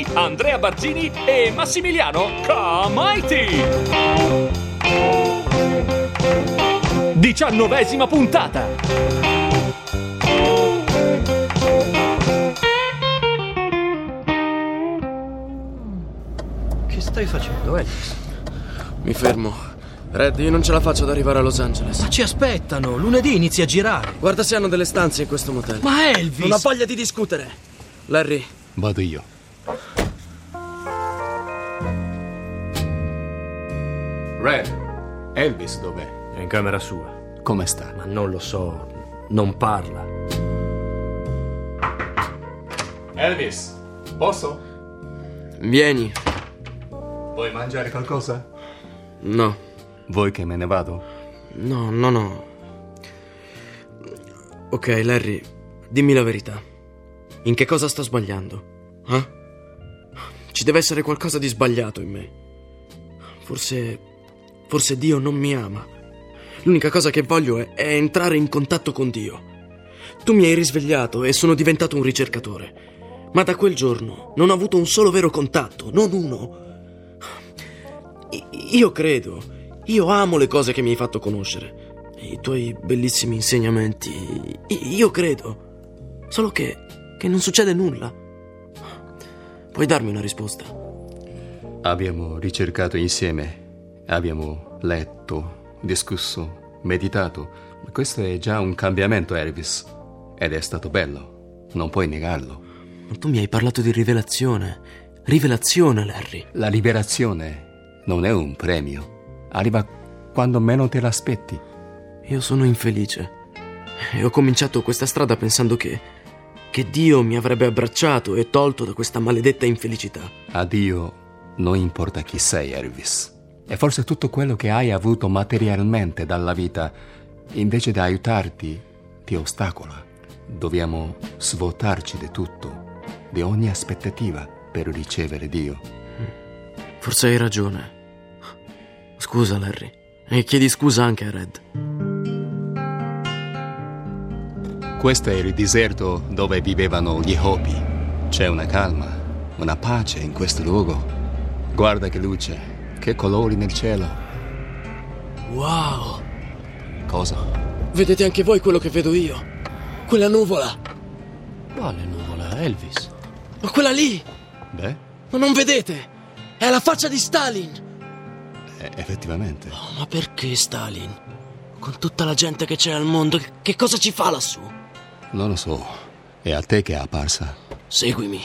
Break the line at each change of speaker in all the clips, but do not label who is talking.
di Andrea Barzini e Massimiliano Comaiti. 19ª puntata.
Che stai facendo, Elvis?
Mi fermo. Red, io non ce la faccio ad arrivare a Los Angeles.
Ma ci aspettano, lunedì inizia a girare.
Guarda se hanno delle stanze in questo motel.
Ma Elvis!
Non ho voglia di discutere. Larry.
Vado io. Red, Elvis dov'è?
È in camera sua.
Come sta?
Ma non lo so, non parla.
Elvis, posso?
Vieni.
Vuoi mangiare qualcosa?
No.
Vuoi che me ne vado?
No. Ok, Larry, dimmi la verità. In che cosa sto sbagliando? Ci deve essere qualcosa di sbagliato in me. Forse Dio non mi ama. L'unica cosa che voglio è entrare in contatto con Dio. Tu mi hai risvegliato e sono diventato un ricercatore. Ma da quel giorno non ho avuto un solo vero contatto, non uno. Io credo. Io amo le cose che mi hai fatto conoscere. I tuoi bellissimi insegnamenti. Io credo. Solo che non succede nulla. Puoi darmi una risposta?
Abbiamo ricercato insieme. Abbiamo letto, discusso, meditato. Questo è già un cambiamento, Elvis. Ed è stato bello. Non puoi negarlo.
Ma tu mi hai parlato di rivelazione. Rivelazione, Larry.
La liberazione non è un premio. Arriva quando meno te l'aspetti.
Io sono infelice. E ho cominciato questa strada pensando che Dio mi avrebbe abbracciato e tolto da questa maledetta infelicità.
A Dio non importa chi sei, Elvis. E forse tutto quello che hai avuto materialmente dalla vita, invece di aiutarti, ti ostacola. Dobbiamo svuotarci di tutto, di ogni aspettativa per ricevere Dio.
Forse hai ragione. Scusa, Larry. E chiedi scusa anche a Red.
Questo è il deserto dove vivevano gli Hopi. C'è una calma, una pace in questo luogo. Guarda che luce, che colori nel cielo.
Wow!
Cosa?
Vedete anche voi quello che vedo io? Quella nuvola!
Quale nuvola, Elvis?
Ma quella lì!
Beh,
Ma non vedete? È la faccia di Stalin!
effettivamente.
Oh, ma perché Stalin? Con tutta la gente che c'è al mondo, che cosa ci fa lassù?
Non lo so. È a te che è apparsa.
Seguimi.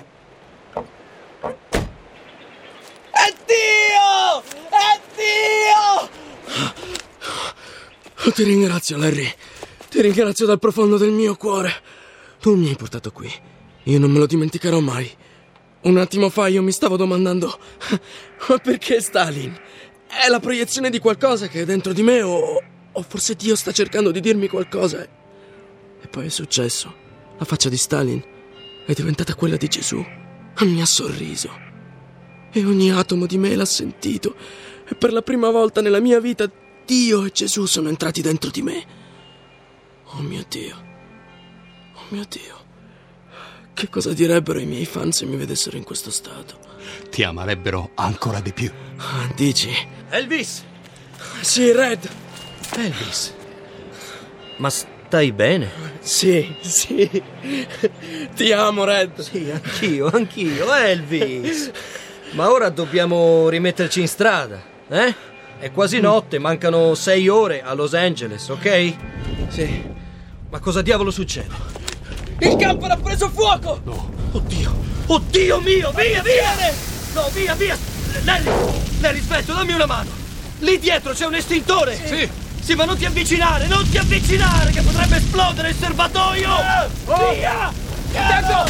È Dio! È Dio! Ti ringrazio, Larry. Ti ringrazio dal profondo del mio cuore. Tu mi hai portato qui. Io non me lo dimenticherò mai. Un attimo fa io mi stavo domandando: ma perché Stalin? È la proiezione di qualcosa che è dentro di me o forse Dio sta cercando di dirmi qualcosa? E poi è successo. La faccia di Stalin è diventata quella di Gesù. Mi ha sorriso. E ogni atomo di me l'ha sentito. E per la prima volta nella mia vita Dio e Gesù sono entrati dentro di me. Oh mio Dio. Oh mio Dio. Che cosa direbbero i miei fan se mi vedessero in questo stato?
Ti amerebbero ancora di più.
Dici?
Elvis!
Sì, Red.
Elvis! Ma stai bene?
Sì. Ti amo, Red.
Sì, anch'io, Elvis! Ma ora dobbiamo rimetterci in strada, eh? È quasi notte, mancano 6 ore a Los Angeles, ok?
Sì.
Ma cosa diavolo succede?
Il campo ha preso fuoco!
No.
Oddio mio, via! No, via! Larry, aspetta, dammi una mano! Lì dietro c'è un estintore! Sì, ma non ti avvicinare, che potrebbe esplodere il serbatoio! Via!
Ecco!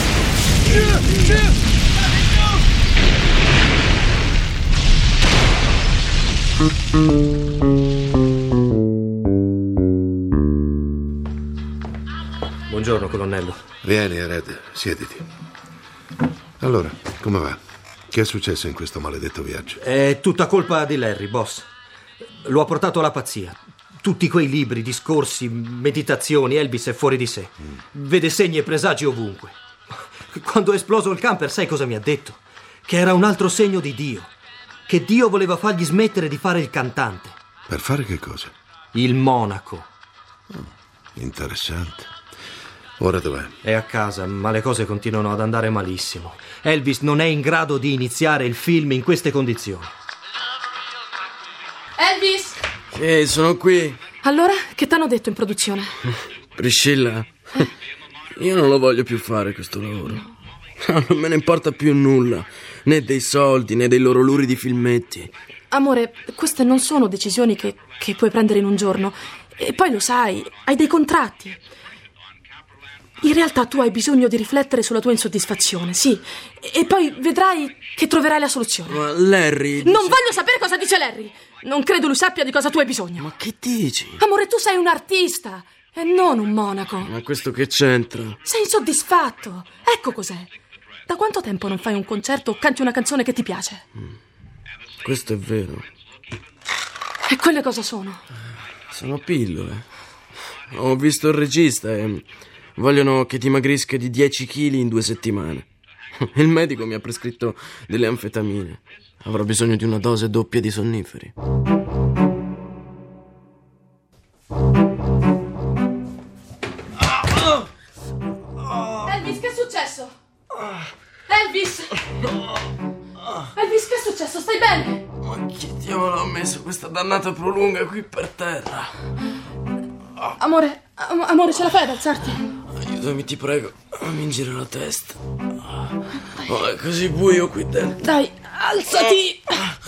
Buongiorno, colonnello.
Vieni, Red, siediti. Allora, come va? Che è successo in questo maledetto viaggio?
È tutta colpa di Larry, boss. Lo ha portato alla pazzia. Tutti quei libri, discorsi, meditazioni, Elvis è fuori di sé. Vede segni e presagi ovunque. Quando è esploso il camper, sai cosa mi ha detto? Che era un altro segno di Dio. Che Dio voleva fargli smettere di fare il cantante.
Per fare che cosa?
Il monaco.
Interessante. Ora dov'è?
È a casa, ma le cose continuano ad andare malissimo. Elvis non è in grado di iniziare il film in queste condizioni.
Elvis!
Sì, sono qui.
Allora, che t'hanno detto in produzione?
Priscilla, io non lo voglio più fare questo lavoro. Non me ne importa più nulla, né dei soldi, né dei loro luridi filmetti.
Amore, queste non sono decisioni che puoi prendere in un giorno. E poi lo sai, hai dei contratti. In realtà tu hai bisogno di riflettere sulla tua insoddisfazione, sì. E poi vedrai che troverai la soluzione.
Ma Larry...
Non voglio sapere cosa dice Larry. Non credo lui sappia di cosa tu hai bisogno.
Ma che dici?
Amore, tu sei un artista e non un monaco.
Ma questo che c'entra?
Sei insoddisfatto. Ecco cos'è. Da quanto tempo non fai un concerto o canti una canzone che ti piace?
Questo è vero.
E quelle cosa sono?
Sono pillole. Ho visto il regista e vogliono che dimagrisca di 10 kg in 2 settimane. Il medico mi ha prescritto delle anfetamine. Avrò bisogno di una dose doppia di sonniferi.
Elvis, che è successo? Elvis! Elvis, che è successo? Stai bene?
Ma chi diavolo ha messo questa dannata prolunga qui per terra?
Amore, ce la fai ad alzarti?
Aiutami, ti prego. Mi gira la testa. Oh, è così buio qui dentro.
Dai, alzati!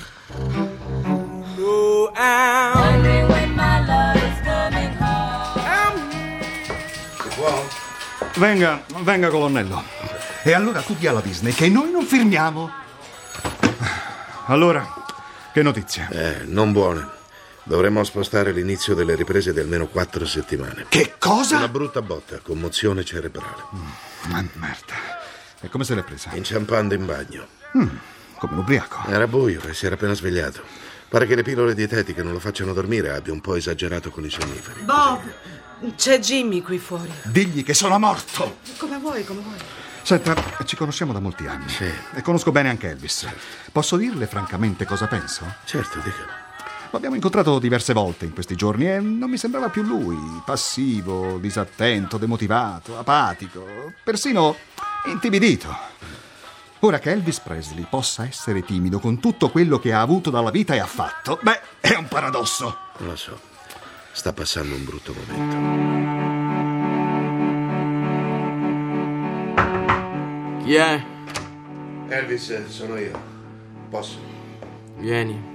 Venga, colonnello. E allora tu dia alla Disney che noi non firmiamo. Allora, che notizie?
Non buone. Dovremmo spostare l'inizio delle riprese di almeno 4 settimane.
Che cosa?
Una brutta botta, commozione cerebrale.
Ma merda. E come se l'è presa?
Inciampando in bagno.
Come un ubriaco.
Era buio e si era appena svegliato. Pare che le pillole dietetiche non lo facciano dormire, abbia un po' esagerato con i sonniferi.
Bob, c'è Jimmy qui fuori.
Digli che sono morto.
Come vuoi.
Senta, ci conosciamo da molti anni.
Sì.
E conosco bene anche Elvis. Posso dirle francamente cosa penso?
Certo, dica.
Lo abbiamo incontrato diverse volte in questi giorni e non mi sembrava più lui. Passivo, disattento, demotivato, apatico, persino intimidito. Ora che Elvis Presley possa essere timido con tutto quello che ha avuto dalla vita e ha fatto, beh, è un paradosso.
Lo so. Sta passando un brutto momento.
Chi è?
Elvis, sono io. Posso?
Vieni.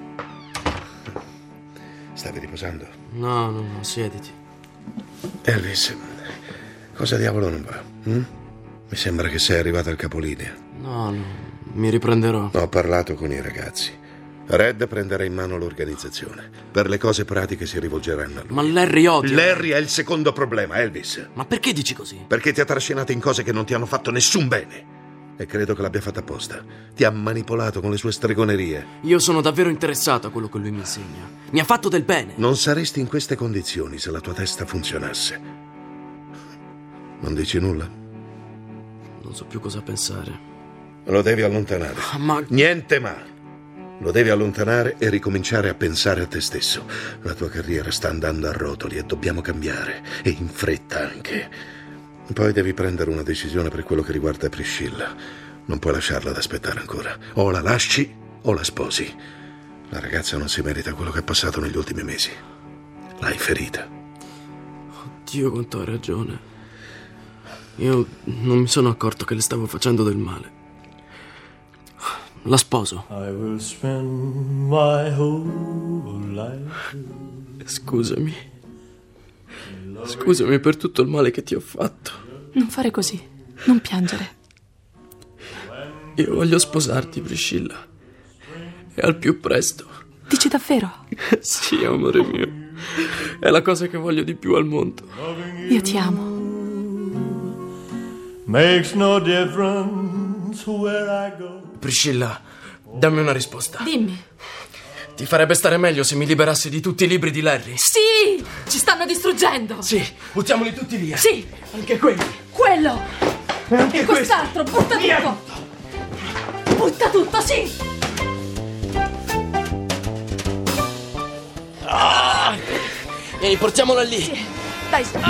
Stavi riposando?
No, siediti.
Elvis, cosa diavolo non va? Mi sembra che sei arrivato al capolinea.
No, mi riprenderò.
Ho parlato con i ragazzi. Red prenderà in mano l'organizzazione. Per le cose pratiche si rivolgeranno a lui.
Ma Larry odia.
Larry è il secondo problema, Elvis.
Ma perché dici così?
Perché ti ha trascinato in cose che non ti hanno fatto nessun bene. E credo che l'abbia fatta apposta. Ti ha manipolato con le sue stregonerie.
Io sono davvero interessato a quello che lui mi insegna. Mi ha fatto del bene.
Non saresti in queste condizioni se la tua testa funzionasse. Non dici nulla?
Non so più cosa pensare.
Lo devi allontanare.
Ma...
Niente ma. Lo devi allontanare e ricominciare a pensare a te stesso. La tua carriera sta andando a rotoli e dobbiamo cambiare. E in fretta anche. Poi devi prendere una decisione per quello che riguarda Priscilla. Non puoi lasciarla ad aspettare ancora. O la lasci o la sposi. La ragazza non si merita quello che ha passato negli ultimi mesi. L'hai ferita.
Dio, quanto hai ragione. Io non mi sono accorto che le stavo facendo del male. La sposo.
I will spend my whole life.
Scusami. Scusami per tutto il male che ti ho fatto.
Non fare così. Non piangere.
Io voglio sposarti, Priscilla. E al più presto.
Dici davvero?
Sì, amore mio. È la cosa che voglio di più al mondo.
Io ti amo.
Makes no difference where I go.
Priscilla, dammi una risposta.
Dimmi.
Ti farebbe stare meglio se mi liberassi di tutti i libri di Larry?
Sì! Ci stanno distruggendo!
Sì, buttiamoli tutti via.
Sì!
Anche quelli.
Quello! E quest'altro, butta tutto! Butta tutto, sì!
Vieni, portiamola lì.
Sì, dai. Sì.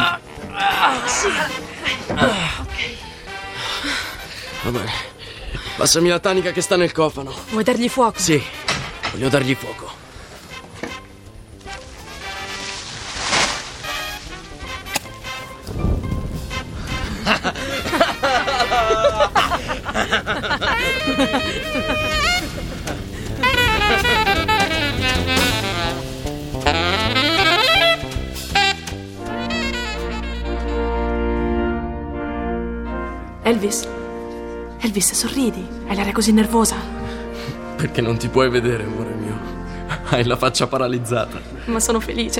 Ok.
Va bene. Passami la tanica che sta nel cofano.
Vuoi dargli fuoco?
Sì, voglio dargli fuoco.
Elvis, sorridi. Hai l'aria così nervosa.
Perché non ti puoi vedere, amore mio. Hai la faccia paralizzata.
Ma sono felice.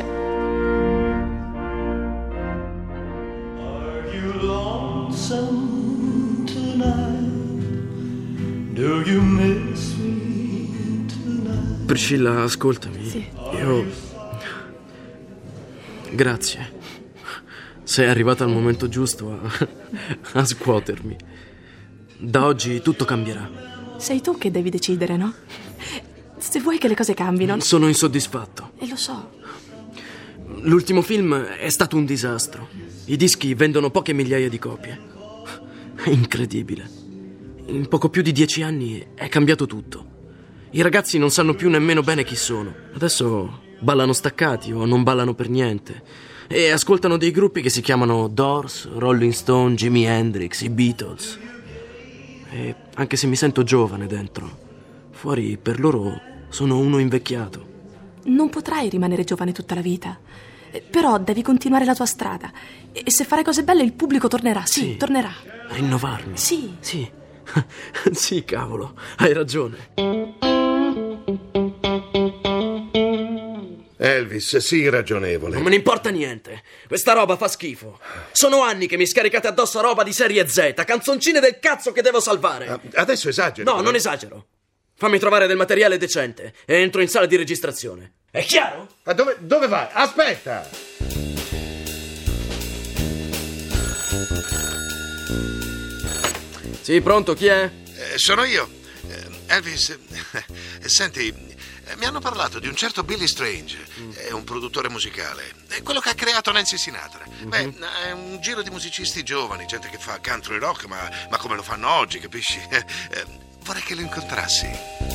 Are you lonesome tonight? Do you miss me tonight?
Priscilla, ascoltami.
Sì.
Io... Grazie. Sei arrivata al momento giusto a scuotermi. Da oggi tutto cambierà.
Sei tu che devi decidere, no? Se vuoi che le cose cambino.
Sono insoddisfatto.
E lo so.
L'ultimo film è stato un disastro. I dischi vendono poche migliaia di copie. È incredibile. In poco più di 10 anni è cambiato tutto. I ragazzi non sanno più nemmeno bene chi sono. Adesso ballano staccati o non ballano per niente. E ascoltano dei gruppi che si chiamano Doors, Rolling Stone, Jimi Hendrix, i Beatles. E anche se mi sento giovane dentro, fuori per loro sono uno invecchiato.
Non potrai rimanere giovane tutta la vita. Però devi continuare la tua strada. E se fare cose belle il pubblico tornerà, sì, tornerà.
Rinnovarmi?
Sì.
Sì. Sì, cavolo, hai ragione.
Elvis, sii ragionevole.
Non me ne importa niente. Questa roba fa schifo. Sono anni che mi scaricate addosso roba di serie Z, canzoncine del cazzo che devo salvare.
Adesso esageri.
No, non esagero. Fammi trovare del materiale decente e entro in sala di registrazione. È chiaro?
Ma dove vai? Aspetta!
Sì, pronto, chi è?
Sono io. Elvis, senti, mi hanno parlato di un certo Billy Strange, è un produttore musicale, è quello che ha creato Nancy Sinatra. Beh, è un giro di musicisti giovani, gente che fa country rock, ma come lo fanno oggi, capisci? Vorrei che lo incontrassi.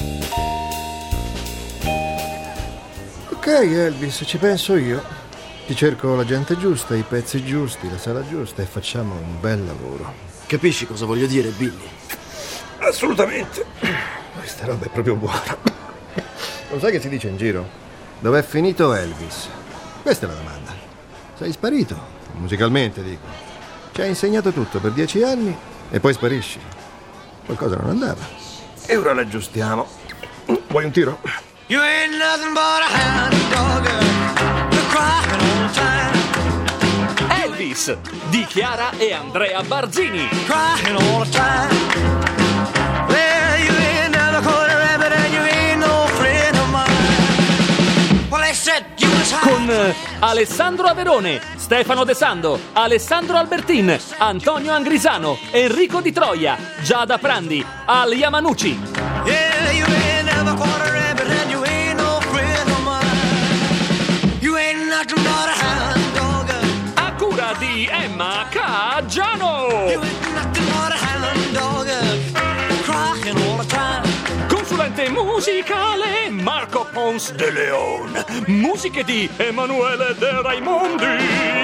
Ok, Elvis, ci penso io. Ti cerco la gente giusta, i pezzi giusti, la sala giusta e facciamo un bel lavoro.
Capisci cosa voglio dire, Billy?
Assolutamente. Questa roba è proprio buona. Lo sai che si dice in giro? Dov'è finito Elvis? Questa è la domanda. Sei sparito, musicalmente dico. Ci hai insegnato tutto per 10 anni e poi sparisci. Qualcosa non andava. E ora l'aggiustiamo. Vuoi un tiro?
You ain't nothing but a hound dog. You're crying all the time.
Elvis di Chiara e Andrea Barzini.
Crying all the time. Well, you ain't never caught a rabbit and you ain't no friend of mine. Well, they said you was high.
Con Alessandro Averone, Stefano De Sando, Alessandro Albertin, Antonio Angrisano, Enrico Di Troia, Giada Prandi, Al Yamanucci.
Yeah, you ain't never caught a rabbit and you ain't no friend of mine. You ain't nothing but a hound dog.
A cura di Emma Caggiano.
You ain't nothing but a hound dog. Crying all the time.
Consulente musicale Marco Pons de Leon. Musiche di Emanuele De Raimondi.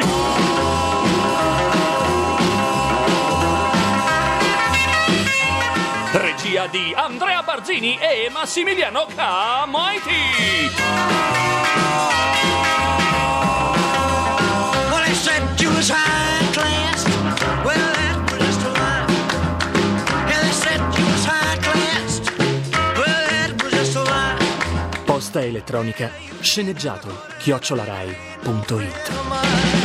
Regia di Andrea Barzini e Massimiliano Camaiti.
Well, they said you was high class. Well, that was just a lie. Yeah, they said you was high class. Well, that was just a lie.
Posta elettronica sceneggiato @rai.it.